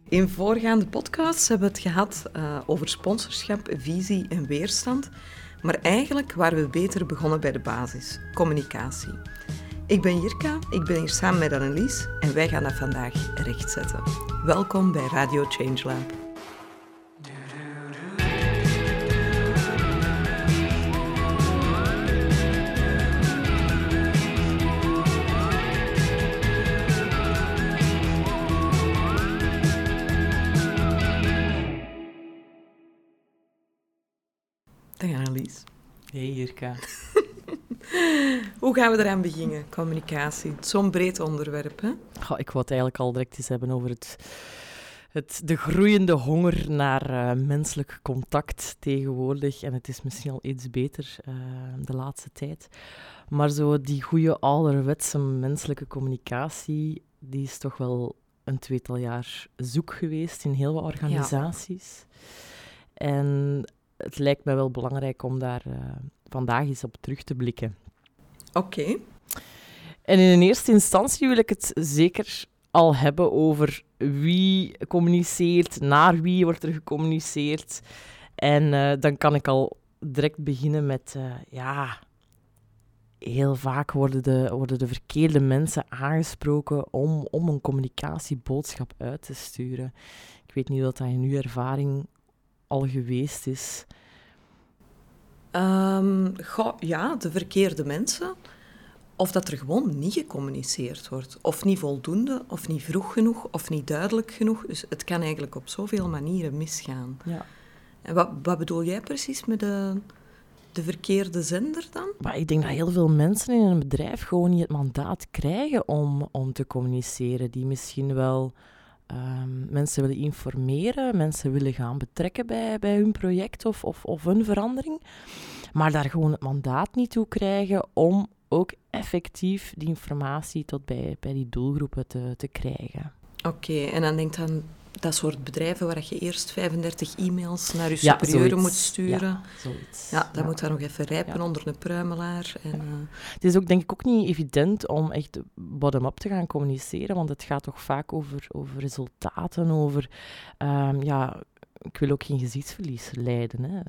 In voorgaande podcasts hebben we het gehad over sponsorschap, visie en weerstand. Maar eigenlijk waren we beter begonnen bij de basis, communicatie. Ik ben Jirka, ik ben hier samen met Annelies en wij gaan dat vandaag rechtzetten. Welkom bij Radio Change Lab. Dag Annelies. Hey Jirka. Hoe gaan we eraan beginnen, communicatie? Zo'n breed onderwerp, hè? Goh, ik wou het eigenlijk al direct eens hebben over de groeiende honger naar menselijk contact tegenwoordig. En het is misschien al iets beter de laatste tijd. Maar zo die goede ouderwetse menselijke communicatie, die is toch wel een tweetal jaar zoek geweest in heel wat organisaties. Ja. En het lijkt mij wel belangrijk om daar vandaag eens op terug te blikken. Oké. En in eerste instantie wil ik het zeker al hebben over wie communiceert, naar wie wordt er gecommuniceerd. En dan kan ik al direct beginnen met, heel vaak worden de verkeerde mensen aangesproken om een communicatieboodschap uit te sturen. Ik weet niet of dat in uw ervaring al geweest is. De verkeerde mensen. Of dat er gewoon niet gecommuniceerd wordt. Of niet voldoende, of niet vroeg genoeg, of niet duidelijk genoeg. Dus het kan eigenlijk op zoveel manieren misgaan. Ja. En wat bedoel jij precies met de verkeerde zender dan? Maar ik denk dat heel veel mensen in een bedrijf gewoon niet het mandaat krijgen om te communiceren. Die misschien wel mensen willen informeren, mensen willen gaan betrekken bij hun project of hun verandering. Maar daar gewoon het mandaat niet toe krijgen om ook effectief die informatie tot bij die doelgroepen te krijgen. Oké, en dan denk aan dat soort bedrijven waar je eerst 35 e-mails naar je superieuren moet sturen. Ja, zoiets. Ja, dat moet dan nog even rijpen onder een pruimelaar. En, Het is ook denk ik ook niet evident om echt bottom-up te gaan communiceren, want het gaat toch vaak over resultaten, over... Ik wil ook geen gezichtsverlies lijden. Hè.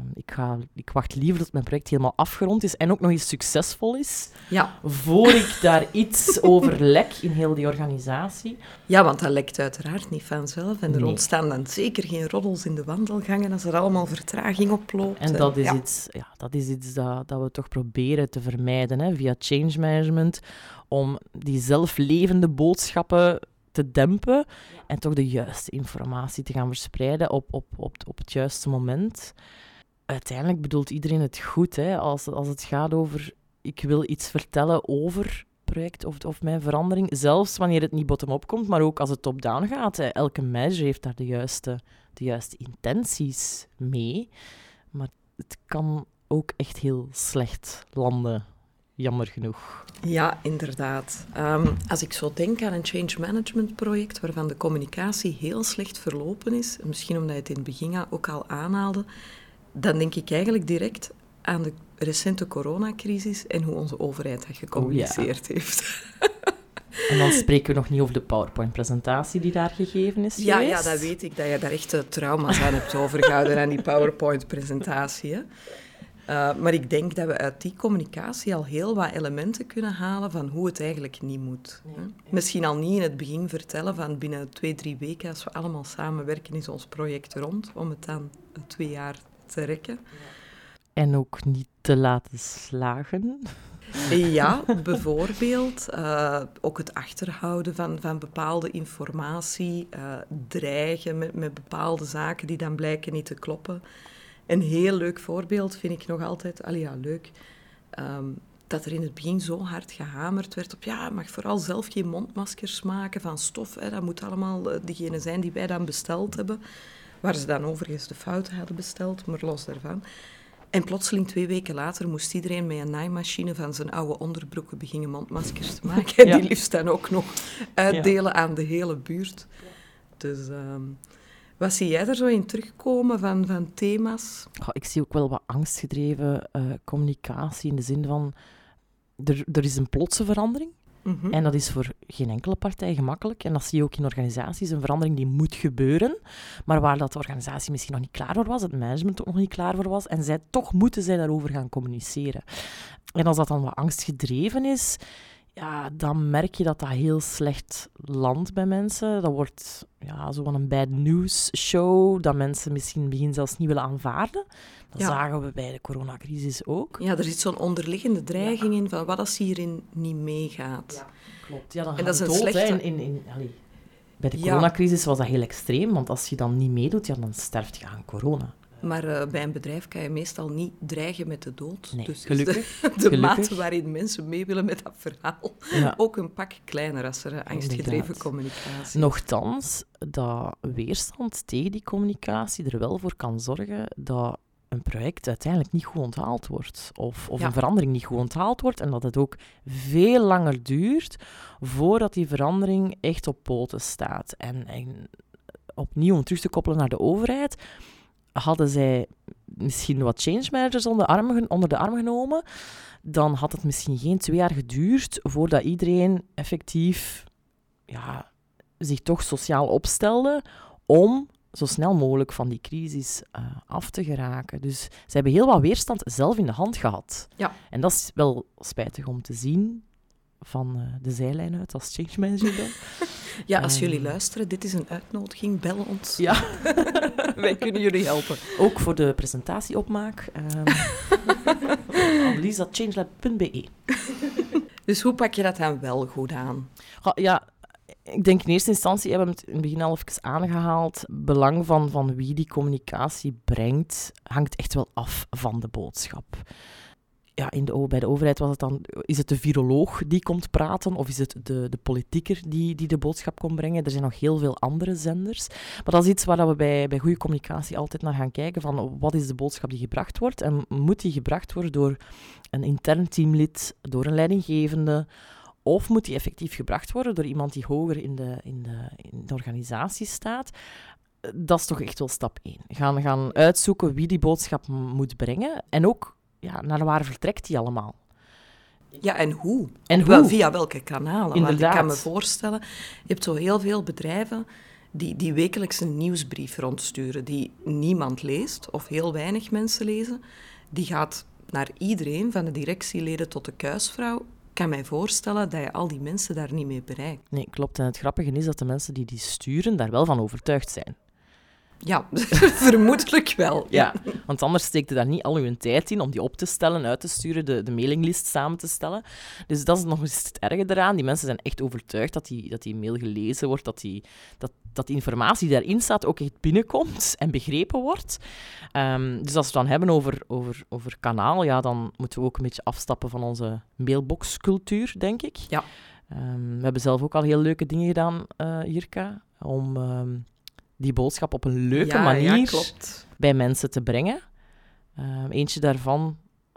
Ik wacht liever dat mijn project helemaal afgerond is en ook nog eens succesvol is, voor ik daar iets over lek in heel die organisatie. Ja, want dat lekt uiteraard niet vanzelf. En er ontstaan dan zeker geen roddels in de wandelgangen als er allemaal vertraging oploopt. En dat is iets dat we toch proberen te vermijden, hè, via change management, om die zelflevende boodschappen te dempen en toch de juiste informatie te gaan verspreiden op het juiste moment. Uiteindelijk bedoelt iedereen het goed, hè, als het gaat over ik wil iets vertellen over het project of mijn verandering, zelfs wanneer het niet bottom-up komt, maar ook als het top-down gaat. Hè. Elke manager heeft daar de juiste intenties mee, maar het kan ook echt heel slecht landen. Jammer genoeg. Ja, inderdaad. Als ik zo denk aan een change management project waarvan de communicatie heel slecht verlopen is, misschien omdat je het in het begin ook al aanhaalde, dan denk ik eigenlijk direct aan de recente coronacrisis en hoe onze overheid dat gecommuniceerd heeft. En dan spreken we nog niet over de PowerPoint-presentatie die daar gegeven is geweest. Ja, dat weet ik, dat je daar echt trauma's aan hebt overgehouden aan die PowerPoint-presentatie, hè. Maar ik denk dat we uit die communicatie al heel wat elementen kunnen halen van hoe het eigenlijk niet moet. Ja. Misschien al niet in het begin vertellen van binnen 2-3 weken, als we allemaal samenwerken, is ons project rond, om het dan 2 jaar te rekken. En ook niet te laten slagen. Ja, bijvoorbeeld. Ook het achterhouden van bepaalde informatie, dreigen met bepaalde zaken die dan blijken niet te kloppen. Een heel leuk voorbeeld vind ik nog altijd, leuk, dat er in het begin zo hard gehamerd werd op, je mag vooral zelf geen mondmaskers maken van stof, hè, dat moet allemaal diegene zijn die wij dan besteld hebben, waar ze dan overigens de fouten hadden besteld, maar los daarvan. En plotseling 2 weken later moest iedereen met een naaimachine van zijn oude onderbroeken beginnen mondmaskers te maken. En die liefst dan ook nog uitdelen aan de hele buurt. Dus... Wat zie jij er zo in terugkomen van thema's? Ik zie ook wel wat angstgedreven communicatie in de zin van... Er is een plotse verandering. En dat is voor geen enkele partij gemakkelijk. En dat zie je ook in organisaties, een verandering die moet gebeuren, maar waar dat de organisatie misschien nog niet klaar voor was, het management ook nog niet klaar voor was, en toch moeten zij daarover gaan communiceren. En als dat dan wat angstgedreven is, ja, dan merk je dat dat heel slecht landt bij mensen. Dat wordt zo van een bad news show, dat mensen misschien in het begin zelfs niet willen aanvaarden. Dat zagen we bij de coronacrisis ook. Ja, er zit zo'n onderliggende dreiging in van wat als hierin niet meegaat. Ja, klopt. Ja, dan en gaat dat is het een dood. slechte... Bij de coronacrisis was dat heel extreem, want als je dan niet meedoet, dan sterft je aan corona. Maar bij een bedrijf kan je meestal niet dreigen met de dood. Nee, dus gelukkig. de mate waarin mensen mee willen met dat verhaal ook een pak kleiner als er angstgedreven communicatie is. Nochtans, dat weerstand tegen die communicatie er wel voor kan zorgen dat een project uiteindelijk niet goed onthaald wordt. Of een verandering niet goed onthaald wordt. En dat het ook veel langer duurt voordat die verandering echt op poten staat. En opnieuw, om terug te koppelen naar de overheid, hadden zij misschien wat change managers onder de arm genomen, dan had het misschien geen 2 jaar geduurd voordat iedereen effectief zich toch sociaal opstelde om zo snel mogelijk van die crisis af te geraken. Dus ze hebben heel wat weerstand zelf in de hand gehad. Ja. En dat is wel spijtig om te zien van de zijlijn uit als change manager dan. Ja, als jullie luisteren, dit is een uitnodiging, bel ons. Ja. Wij kunnen jullie helpen. Ook voor de presentatieopmaak. Annelies@changelab.be. Dus hoe pak je dat dan wel goed aan? Ja, ik denk in eerste instantie, hebben we het in het begin al even aangehaald, belang van wie die communicatie brengt, hangt echt wel af van de boodschap. Ja, bij de overheid was het dan, is het de viroloog die komt praten of is het de politieker die de boodschap komt brengen? Er zijn nog heel veel andere zenders. Maar dat is iets waar we bij goede communicatie altijd naar gaan kijken, van wat is de boodschap die gebracht wordt en moet die gebracht worden door een intern teamlid, door een leidinggevende, of moet die effectief gebracht worden door iemand die hoger in de organisatie staat? Dat is toch echt wel stap 1. Gaan uitzoeken wie die boodschap moet brengen en ook naar waar vertrekt die allemaal. Ja, en hoe? Via welke kanalen? Inderdaad. Want ik kan me voorstellen, je hebt zo heel veel bedrijven die wekelijks een nieuwsbrief rondsturen die niemand leest of heel weinig mensen lezen. Die gaat naar iedereen, van de directieleden tot de kuisvrouw. Ik kan mij voorstellen dat je al die mensen daar niet mee bereikt. Nee, klopt. En het grappige is dat de mensen die sturen daar wel van overtuigd zijn. Ja, vermoedelijk wel. Ja, want anders steekt je daar niet al uw tijd in om die op te stellen, uit te sturen, de mailinglist samen te stellen. Dus dat is nog eens het erge eraan. Die mensen zijn echt overtuigd dat die mail gelezen wordt, dat die informatie die daarin staat ook echt binnenkomt en begrepen wordt. Dus als we het dan hebben over kanaal, dan moeten we ook een beetje afstappen van onze mailboxcultuur, denk ik. Ja. We hebben zelf ook al heel leuke dingen gedaan, Jirka, om die boodschap op een leuke manier bij mensen te brengen. Eentje daarvan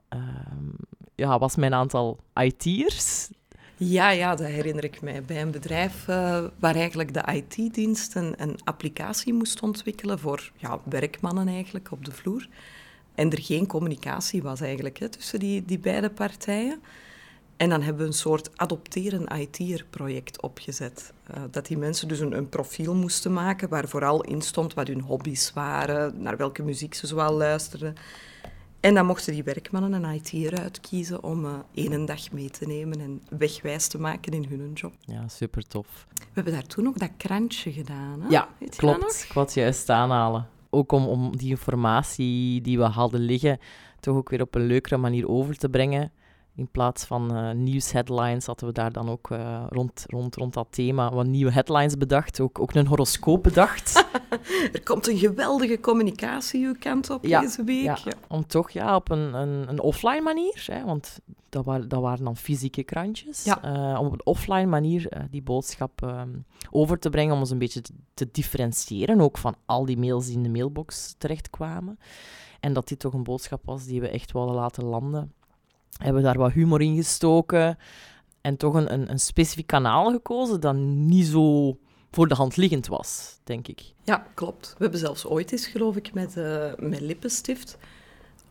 was mijn aantal IT'ers. Ja, dat herinner ik mij. Bij een bedrijf waar eigenlijk de IT-dienst een applicatie moest ontwikkelen voor werkmannen eigenlijk op de vloer. En er geen communicatie was eigenlijk tussen die beide partijen. En dan hebben we een soort adopteren IT'er-project opgezet. Dat die mensen dus een profiel moesten maken waar vooral in stond wat hun hobby's waren, naar welke muziek ze zoal luisterden. En dan mochten die werkmannen een IT'er uitkiezen om 1 dag mee te nemen en wegwijs te maken in hun job. Ja, super tof. We hebben daar toen ook dat krantje gedaan. Hè? Ja, klopt. Ik wou het juist aanhalen. Ook om die informatie die we hadden liggen toch ook weer op een leukere manier over te brengen. In plaats van nieuwsheadlines hadden we daar dan ook rond dat thema wat nieuwe headlines bedacht. Ook een horoscoop bedacht. Er komt een geweldige communicatie uw kant op deze week. Ja. Om toch op een offline manier, want dat waren dan fysieke krantjes. Ja. Om op een offline manier die boodschap over te brengen, om ons een beetje te differentiëren, ook van al die mails die in de mailbox terechtkwamen. En dat dit toch een boodschap was die we echt wilden laten landen. Hebben we daar wat humor in gestoken en toch een specifiek kanaal gekozen dat niet zo voor de hand liggend was, denk ik. Ja, klopt. We hebben zelfs ooit eens, geloof ik, met lippenstift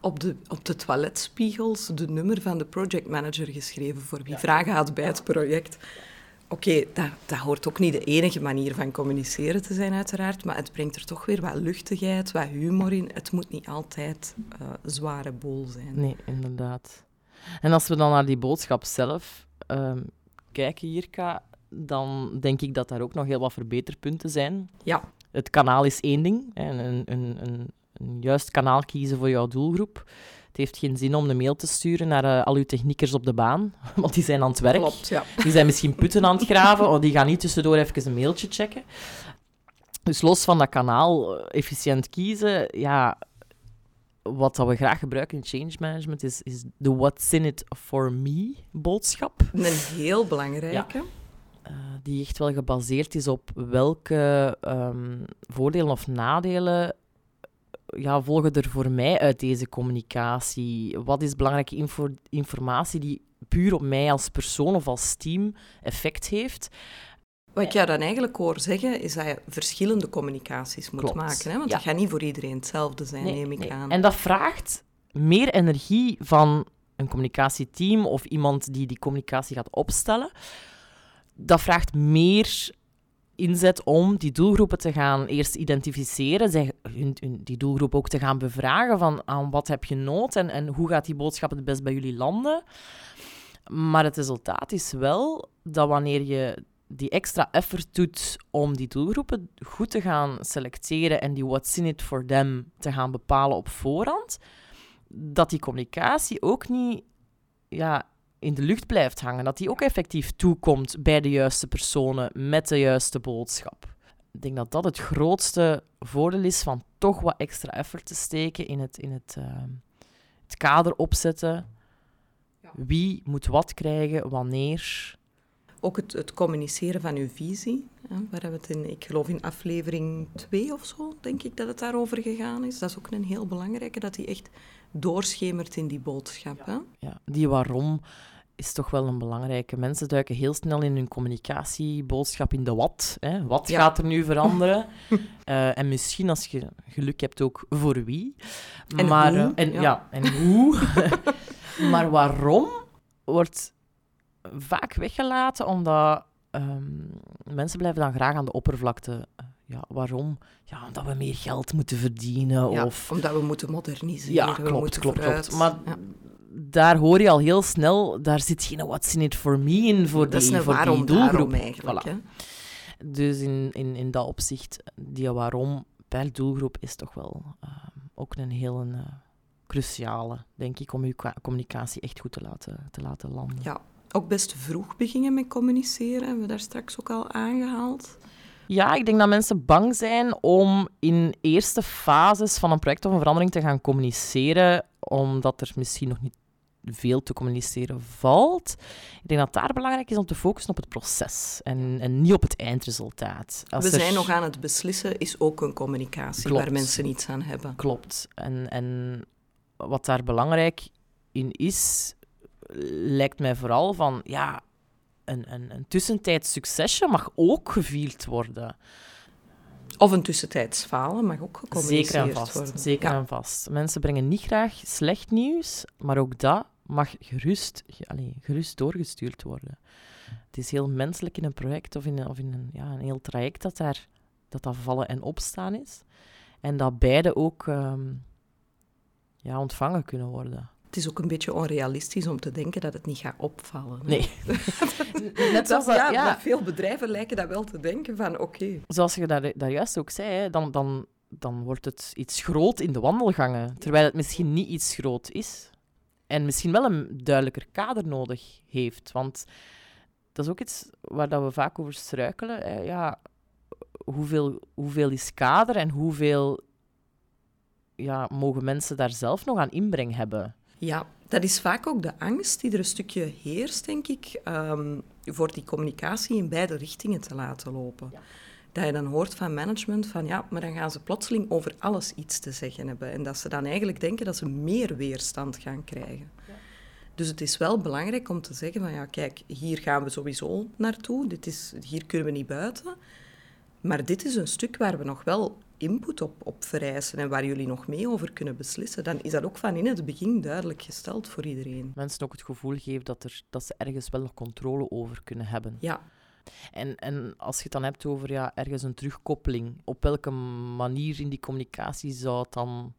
op de toiletspiegels de nummer van de projectmanager geschreven voor wie vragen had bij het project. Oké, dat hoort ook niet de enige manier van communiceren te zijn, uiteraard, maar het brengt er toch weer wat luchtigheid, wat humor in. Het moet niet altijd zware bol zijn. Nee, inderdaad. En als we dan naar die boodschap zelf kijken, Jirka, dan denk ik dat daar ook nog heel wat verbeterpunten zijn. Ja. Het kanaal is één ding. Een juist kanaal kiezen voor jouw doelgroep. Het heeft geen zin om een mail te sturen naar al uw techniekers op de baan, want die zijn aan het werk. Klopt, ja. Die zijn misschien putten aan het graven, of die gaan niet tussendoor even een mailtje checken. Dus los van dat kanaal efficiënt kiezen, ja, wat dat we graag gebruiken in change management is de what's in it for me boodschap. Een heel belangrijke. Ja. Die echt wel gebaseerd is op welke voordelen of nadelen volgen er voor mij uit deze communicatie. Wat is belangrijke informatie die puur op mij als persoon of als team effect heeft. Wat ik jou dan eigenlijk hoor zeggen, is dat je verschillende communicaties moet maken. Hè? Want dat gaat niet voor iedereen hetzelfde zijn, neem ik aan. En dat vraagt meer energie van een communicatieteam of iemand die communicatie gaat opstellen. Dat vraagt meer inzet om die doelgroepen te gaan eerst identificeren, die doelgroep ook te gaan bevragen van aan wat heb je nood en hoe gaat die boodschap het best bij jullie landen. Maar het resultaat is wel dat wanneer je die extra effort doet om die doelgroepen goed te gaan selecteren en die what's in it for them te gaan bepalen op voorhand, dat die communicatie ook niet in de lucht blijft hangen. Dat die ook effectief toekomt bij de juiste personen met de juiste boodschap. Ik denk dat dat het grootste voordeel is van toch wat extra effort te steken in het kader opzetten. Wie moet wat krijgen, wanneer. Ook het communiceren van uw visie. Hè, waar hebben we het ik geloof in aflevering 2 of zo, denk ik dat het daarover gegaan is. Dat is ook een heel belangrijke, dat die echt doorschemert in die boodschap. Hè? Ja, die waarom is toch wel een belangrijke. Mensen duiken heel snel in hun communicatieboodschap in de wat. Hè. Wat gaat er nu veranderen? En misschien, als je geluk hebt, ook voor wie. En maar, hoe. En hoe. Maar waarom wordt vaak weggelaten, omdat mensen blijven dan graag aan de oppervlakte. Waarom? Ja, omdat we meer geld moeten verdienen. Ja, of omdat we moeten moderniseren. Ja, klopt. Maar daar hoor je al heel snel, daar zit geen what's in it for me in voor die doelgroep. Daarom eigenlijk. Voilà. Hè? Dus in dat opzicht, die waarom per doelgroep is toch wel ook een heel cruciale, denk ik, om je communicatie echt goed te laten landen. Ja, ook best vroeg beginnen met communiceren, hebben we daar straks ook al aangehaald. Ja, ik denk dat mensen bang zijn om in eerste fases van een project of een verandering te gaan communiceren, omdat er misschien nog niet veel te communiceren valt. Ik denk dat het daar belangrijk is om te focussen op het proces en niet op het eindresultaat. We zijn nog aan het beslissen, is ook een communicatie waar mensen iets aan hebben. Klopt. En wat daar belangrijk in is, lijkt mij vooral van, een tussentijds succesje mag ook gevierd worden. Of een tussentijds falen mag ook gecommuniceerd worden. Zeker en vast. Mensen brengen niet graag slecht nieuws, maar ook dat mag gerust doorgestuurd worden. Het is heel menselijk in een project of in een heel traject dat vallen en opstaan is. En dat beide ook ontvangen kunnen worden. Het is ook een beetje onrealistisch om te denken dat het niet gaat opvallen. Hè? Nee. Net zoals veel bedrijven lijken dat wel te denken van oké. Zoals je daar juist ook zei, hè, dan wordt het iets groot in de wandelgangen, terwijl het misschien niet iets groot is. En misschien wel een duidelijker kader nodig heeft. Want dat is ook iets waar dat we vaak over struikelen. Hè. Hoeveel is kader en hoeveel mogen mensen daar zelf nog aan inbreng hebben? Ja, dat is vaak ook de angst die er een stukje heerst, denk ik, voor die communicatie in beide richtingen te laten lopen. Ja. Dat je dan hoort van management van maar dan gaan ze plotseling over alles iets te zeggen hebben. En dat ze dan eigenlijk denken dat ze meer weerstand gaan krijgen. Ja. Dus het is wel belangrijk om te zeggen van kijk, hier gaan we sowieso naartoe. Hier kunnen we niet buiten. Maar dit is een stuk waar we nog wel input op vereisen en waar jullie nog mee over kunnen beslissen, dan is dat ook van in het begin duidelijk gesteld voor iedereen. Mensen ook het gevoel geven dat ze ergens wel nog controle over kunnen hebben. Ja. En als je het dan hebt over ergens een terugkoppeling, op welke manier in die communicatie zou het dan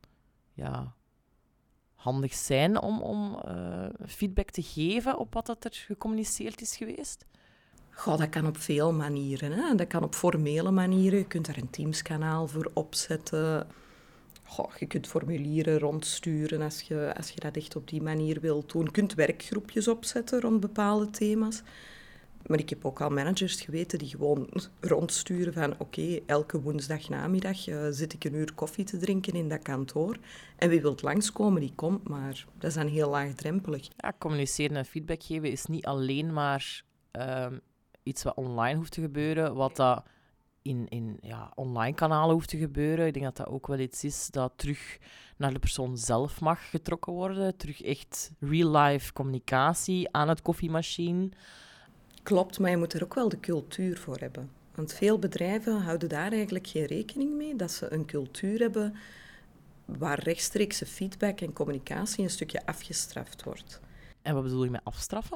handig zijn om feedback te geven op wat dat er gecommuniceerd is geweest? Goh, dat kan op veel manieren. Hè. Dat kan op formele manieren. Je kunt daar een Teams-kanaal voor opzetten. Goh, je kunt formulieren rondsturen als je dat echt op die manier wilt doen. Je kunt werkgroepjes opzetten rond bepaalde thema's. Maar ik heb ook al managers geweten die gewoon rondsturen van oké, elke woensdagnamiddag zit ik een uur koffie te drinken in dat kantoor. En wie wilt langskomen, die komt, maar dat is dan heel laagdrempelig. Ja, communiceren en feedback geven is niet alleen maar iets wat online hoeft te gebeuren, wat dat in online kanalen hoeft te gebeuren. Ik denk dat dat ook wel iets is dat terug naar de persoon zelf mag getrokken worden. Terug echt real-life communicatie aan het koffiemachine. Klopt, maar je moet er ook wel de cultuur voor hebben. Want veel bedrijven houden daar eigenlijk geen rekening mee, dat ze een cultuur hebben waar rechtstreekse feedback en communicatie een stukje afgestraft wordt. En wat bedoel je met afstraffen?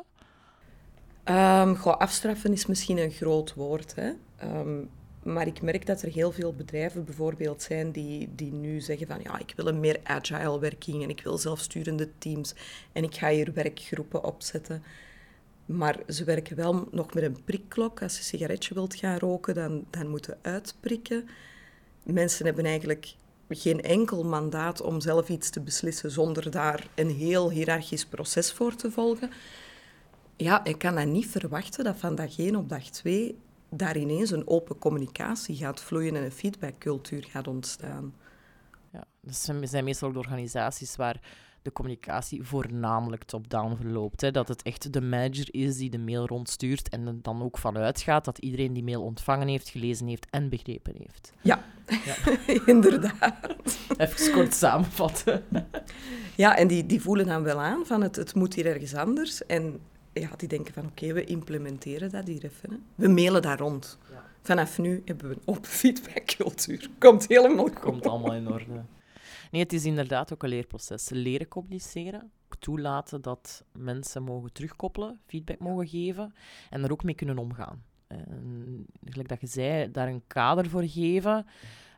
Afstraffen is misschien een groot woord, hè. Maar ik merk dat er heel veel bedrijven bijvoorbeeld zijn die nu zeggen van ik wil een meer agile werking en ik wil zelfsturende teams en ik ga hier werkgroepen opzetten. Maar ze werken wel nog met een prikklok. Als je een sigaretje wilt gaan roken, dan moeten uitprikken. Mensen hebben eigenlijk geen enkel mandaat om zelf iets te beslissen zonder daar een heel hiërarchisch proces voor te volgen. Ja, je kan dan niet verwachten dat van dag 1 op dag 2 daar ineens een open communicatie gaat vloeien en een feedbackcultuur gaat ontstaan. Ja, dat zijn meestal ook de organisaties waar de communicatie voornamelijk top-down verloopt. Hè. Dat het echt de manager is die de mail rondstuurt en er dan ook vanuit gaat dat iedereen die mail ontvangen heeft, gelezen heeft en begrepen heeft. Ja. Inderdaad. Even kort samenvatten. Ja, en die voelen dan wel aan van het moet hier ergens anders. En die denken van oké, we implementeren dat hier even. Hè. We mailen daar rond. Ja. Vanaf nu hebben we een open feedbackcultuur. Komt helemaal goed. Komt allemaal in orde. Nee, het is inderdaad ook een leerproces. Leren communiceren, toelaten dat mensen mogen terugkoppelen, feedback mogen geven en er ook mee kunnen omgaan. Gelijk dat je zei, daar een kader voor geven.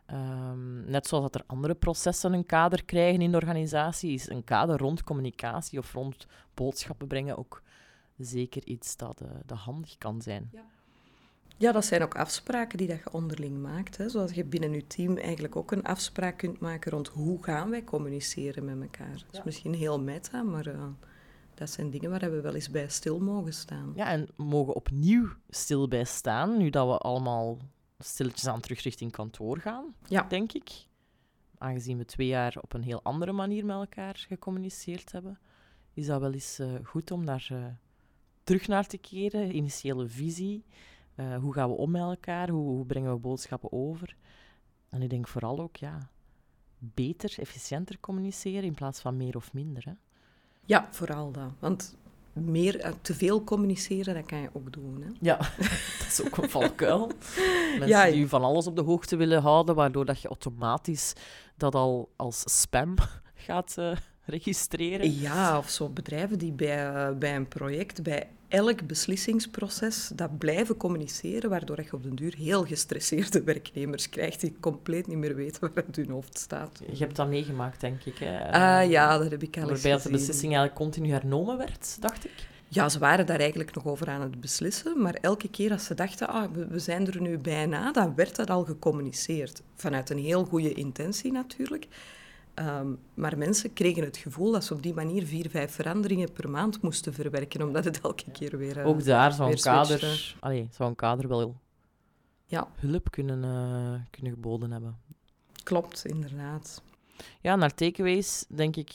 Net zoals dat er andere processen een kader krijgen in de organisatie, is een kader rond communicatie of rond boodschappen brengen ook zeker iets dat handig kan zijn. Ja. Ja, dat zijn ook afspraken die dat je onderling maakt. Hè. Zoals je binnen je team eigenlijk ook een afspraak kunt maken rond hoe gaan wij communiceren met elkaar. Dat is misschien heel meta, maar dat zijn dingen waar we wel eens bij stil mogen staan. Ja, en mogen opnieuw stil bij staan, nu dat we allemaal stilletjes aan terug richting kantoor gaan, denk ik. Aangezien we 2 jaar op een heel andere manier met elkaar gecommuniceerd hebben, is dat wel eens goed om daar terug naar te keren, initiële visie. Hoe gaan we om met elkaar? Hoe brengen we boodschappen over? En ik denk vooral ook, beter, efficiënter communiceren in plaats van meer of minder. Hè? Ja, vooral dat. Want te veel communiceren, dat kan je ook doen. Hè? Ja, dat is ook een valkuil. Mensen die van alles op de hoogte willen houden, waardoor dat je automatisch dat al als spam gaat registreren. Ja, of zo bedrijven die bij een project, bij elk beslissingsproces, dat blijven communiceren, waardoor je op den duur heel gestresseerde werknemers krijgt die compleet niet meer weten waar het hun hoofd staat. Je hebt dat meegemaakt, denk ik. Hè? Ja, dat heb ik al eens waarbij gezien. De beslissing eigenlijk continu hernomen werd, dacht ik. Ja, ze waren daar eigenlijk nog over aan het beslissen, maar elke keer als ze dachten, we zijn er nu bijna, dan werd dat al gecommuniceerd. Vanuit een heel goede intentie natuurlijk. Maar mensen kregen het gevoel dat ze op die manier 4-5 veranderingen per maand moesten verwerken, omdat het elke keer weer ook daar zou een kader wel hulp kunnen geboden hebben. Klopt, inderdaad. Ja, naar takeaways denk ik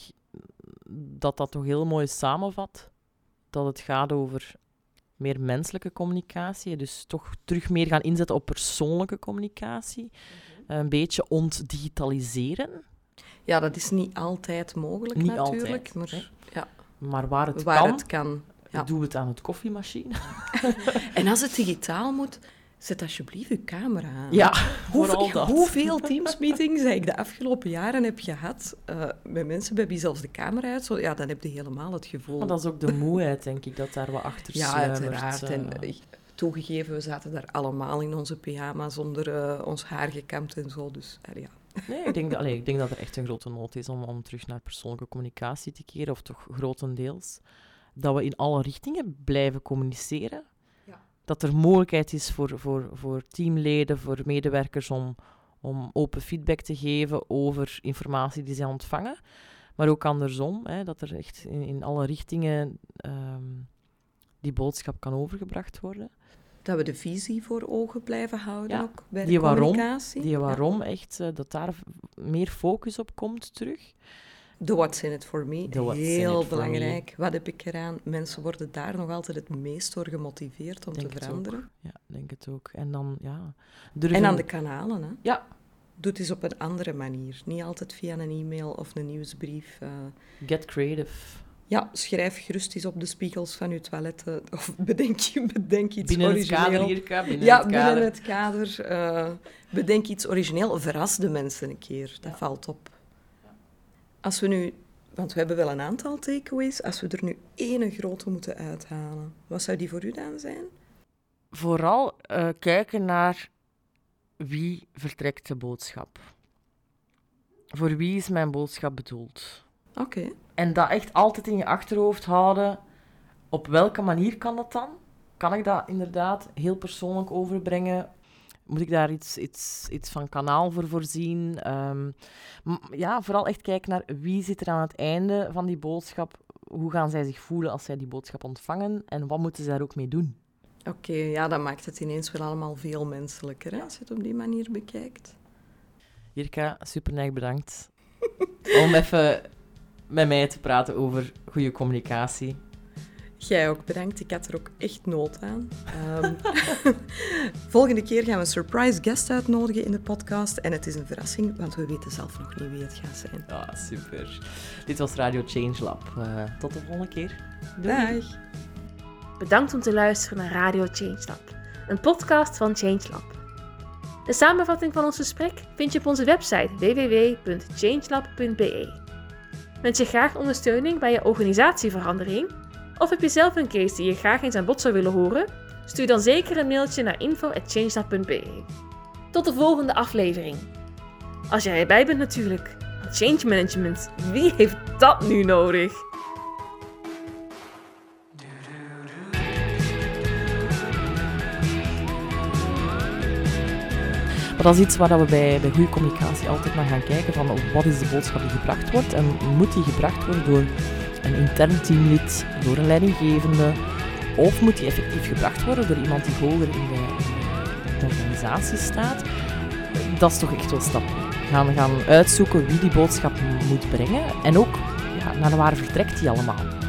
dat toch heel mooi samenvat. Dat het gaat over meer menselijke communicatie, dus toch terug meer gaan inzetten op persoonlijke communicatie. Een beetje ontdigitaliseren. Ja, dat is niet altijd mogelijk niet natuurlijk. Altijd, maar, maar waar het kan, doen we het aan het koffiemachine. En als het digitaal moet, Zet alsjeblieft uw camera aan. Ja, vooral dat. Hoeveel Teams-meetings ik de afgelopen jaren heb gehad met mensen bij wie zelfs de camera uit... Ja, dan heb je helemaal het gevoel... Maar dat is ook de moeheid, denk ik, dat daar wat achter sluimert. Ja, uiteraard. En toegegeven, we zaten daar allemaal in onze pyjama zonder ons haar gekamd en zo. Dus, ja. Nee, ik denk dat er echt een grote nood is om terug naar persoonlijke communicatie te keren, of toch grotendeels. Dat we in alle richtingen blijven communiceren. Ja. Dat er mogelijkheid is voor teamleden, voor medewerkers om open feedback te geven over informatie die zij ontvangen. Maar ook andersom, dat er echt in alle richtingen die boodschap kan overgebracht worden. Dat we de visie voor ogen blijven houden, ook bij de communicatie. Waarom echt, dat daar meer focus op komt terug. De what's in it for me, heel belangrijk. Wat heb ik eraan? Mensen worden daar nog altijd het meest door gemotiveerd om te veranderen. Ja, denk het ook. En dan, En aan de kanalen, hè? Ja. Doe het eens op een andere manier. Niet altijd via een e-mail of een nieuwsbrief. Get creative. Ja, schrijf gerust eens op de spiegels van je toiletten. Of bedenk iets binnen origineel. Het kader, Jirka, binnen het kader. Bedenk iets origineel. Verras de mensen een keer. Dat valt op. Als we nu... Want we hebben wel een aantal takeaways. Als we er nu één grote moeten uithalen, wat zou die voor u dan zijn? Vooral kijken naar wie vertrekt de boodschap. Voor wie is mijn boodschap bedoeld? Oké. En dat echt altijd in je achterhoofd houden. Op welke manier kan dat dan? Kan ik dat inderdaad heel persoonlijk overbrengen? Moet ik daar iets van kanaal voor voorzien? Vooral echt kijken naar wie zit er aan het einde van die boodschap. Hoe gaan zij zich voelen als zij die boodschap ontvangen? En wat moeten ze daar ook mee doen? Oké, dat maakt het ineens wel allemaal veel menselijker, hè, als je het op die manier bekijkt. Jirka, super bedankt om even met mij te praten over goede communicatie. Jij ook bedankt. Ik had er ook echt nood aan. Volgende keer gaan we een surprise guest uitnodigen in de podcast. En het is een verrassing, want we weten zelf nog niet wie het gaat zijn. Ah, super. Dit was Radio Change Lab. Tot de volgende keer. Doei. Dag. Bedankt om te luisteren naar Radio Change Lab, een podcast van Change Lab. De samenvatting van ons gesprek vind je op onze website www.changelab.be. Wens je graag ondersteuning bij je organisatieverandering? Of heb je zelf een case die je graag eens aan bod zou willen horen? Stuur dan zeker een mailtje naar info@changelab.be. Tot de volgende aflevering. Als jij erbij bent natuurlijk. Change management, wie heeft dat nu nodig? Maar dat is iets waar we bij goede communicatie altijd naar gaan kijken, van wat is de boodschap die gebracht wordt en moet die gebracht worden door een intern teamlid, door een leidinggevende, of moet die effectief gebracht worden door iemand die hoger in de organisatie staat. Dat is toch echt wel stap 1. Gaan uitzoeken wie die boodschap moet brengen en ook naar waar vertrekt die allemaal.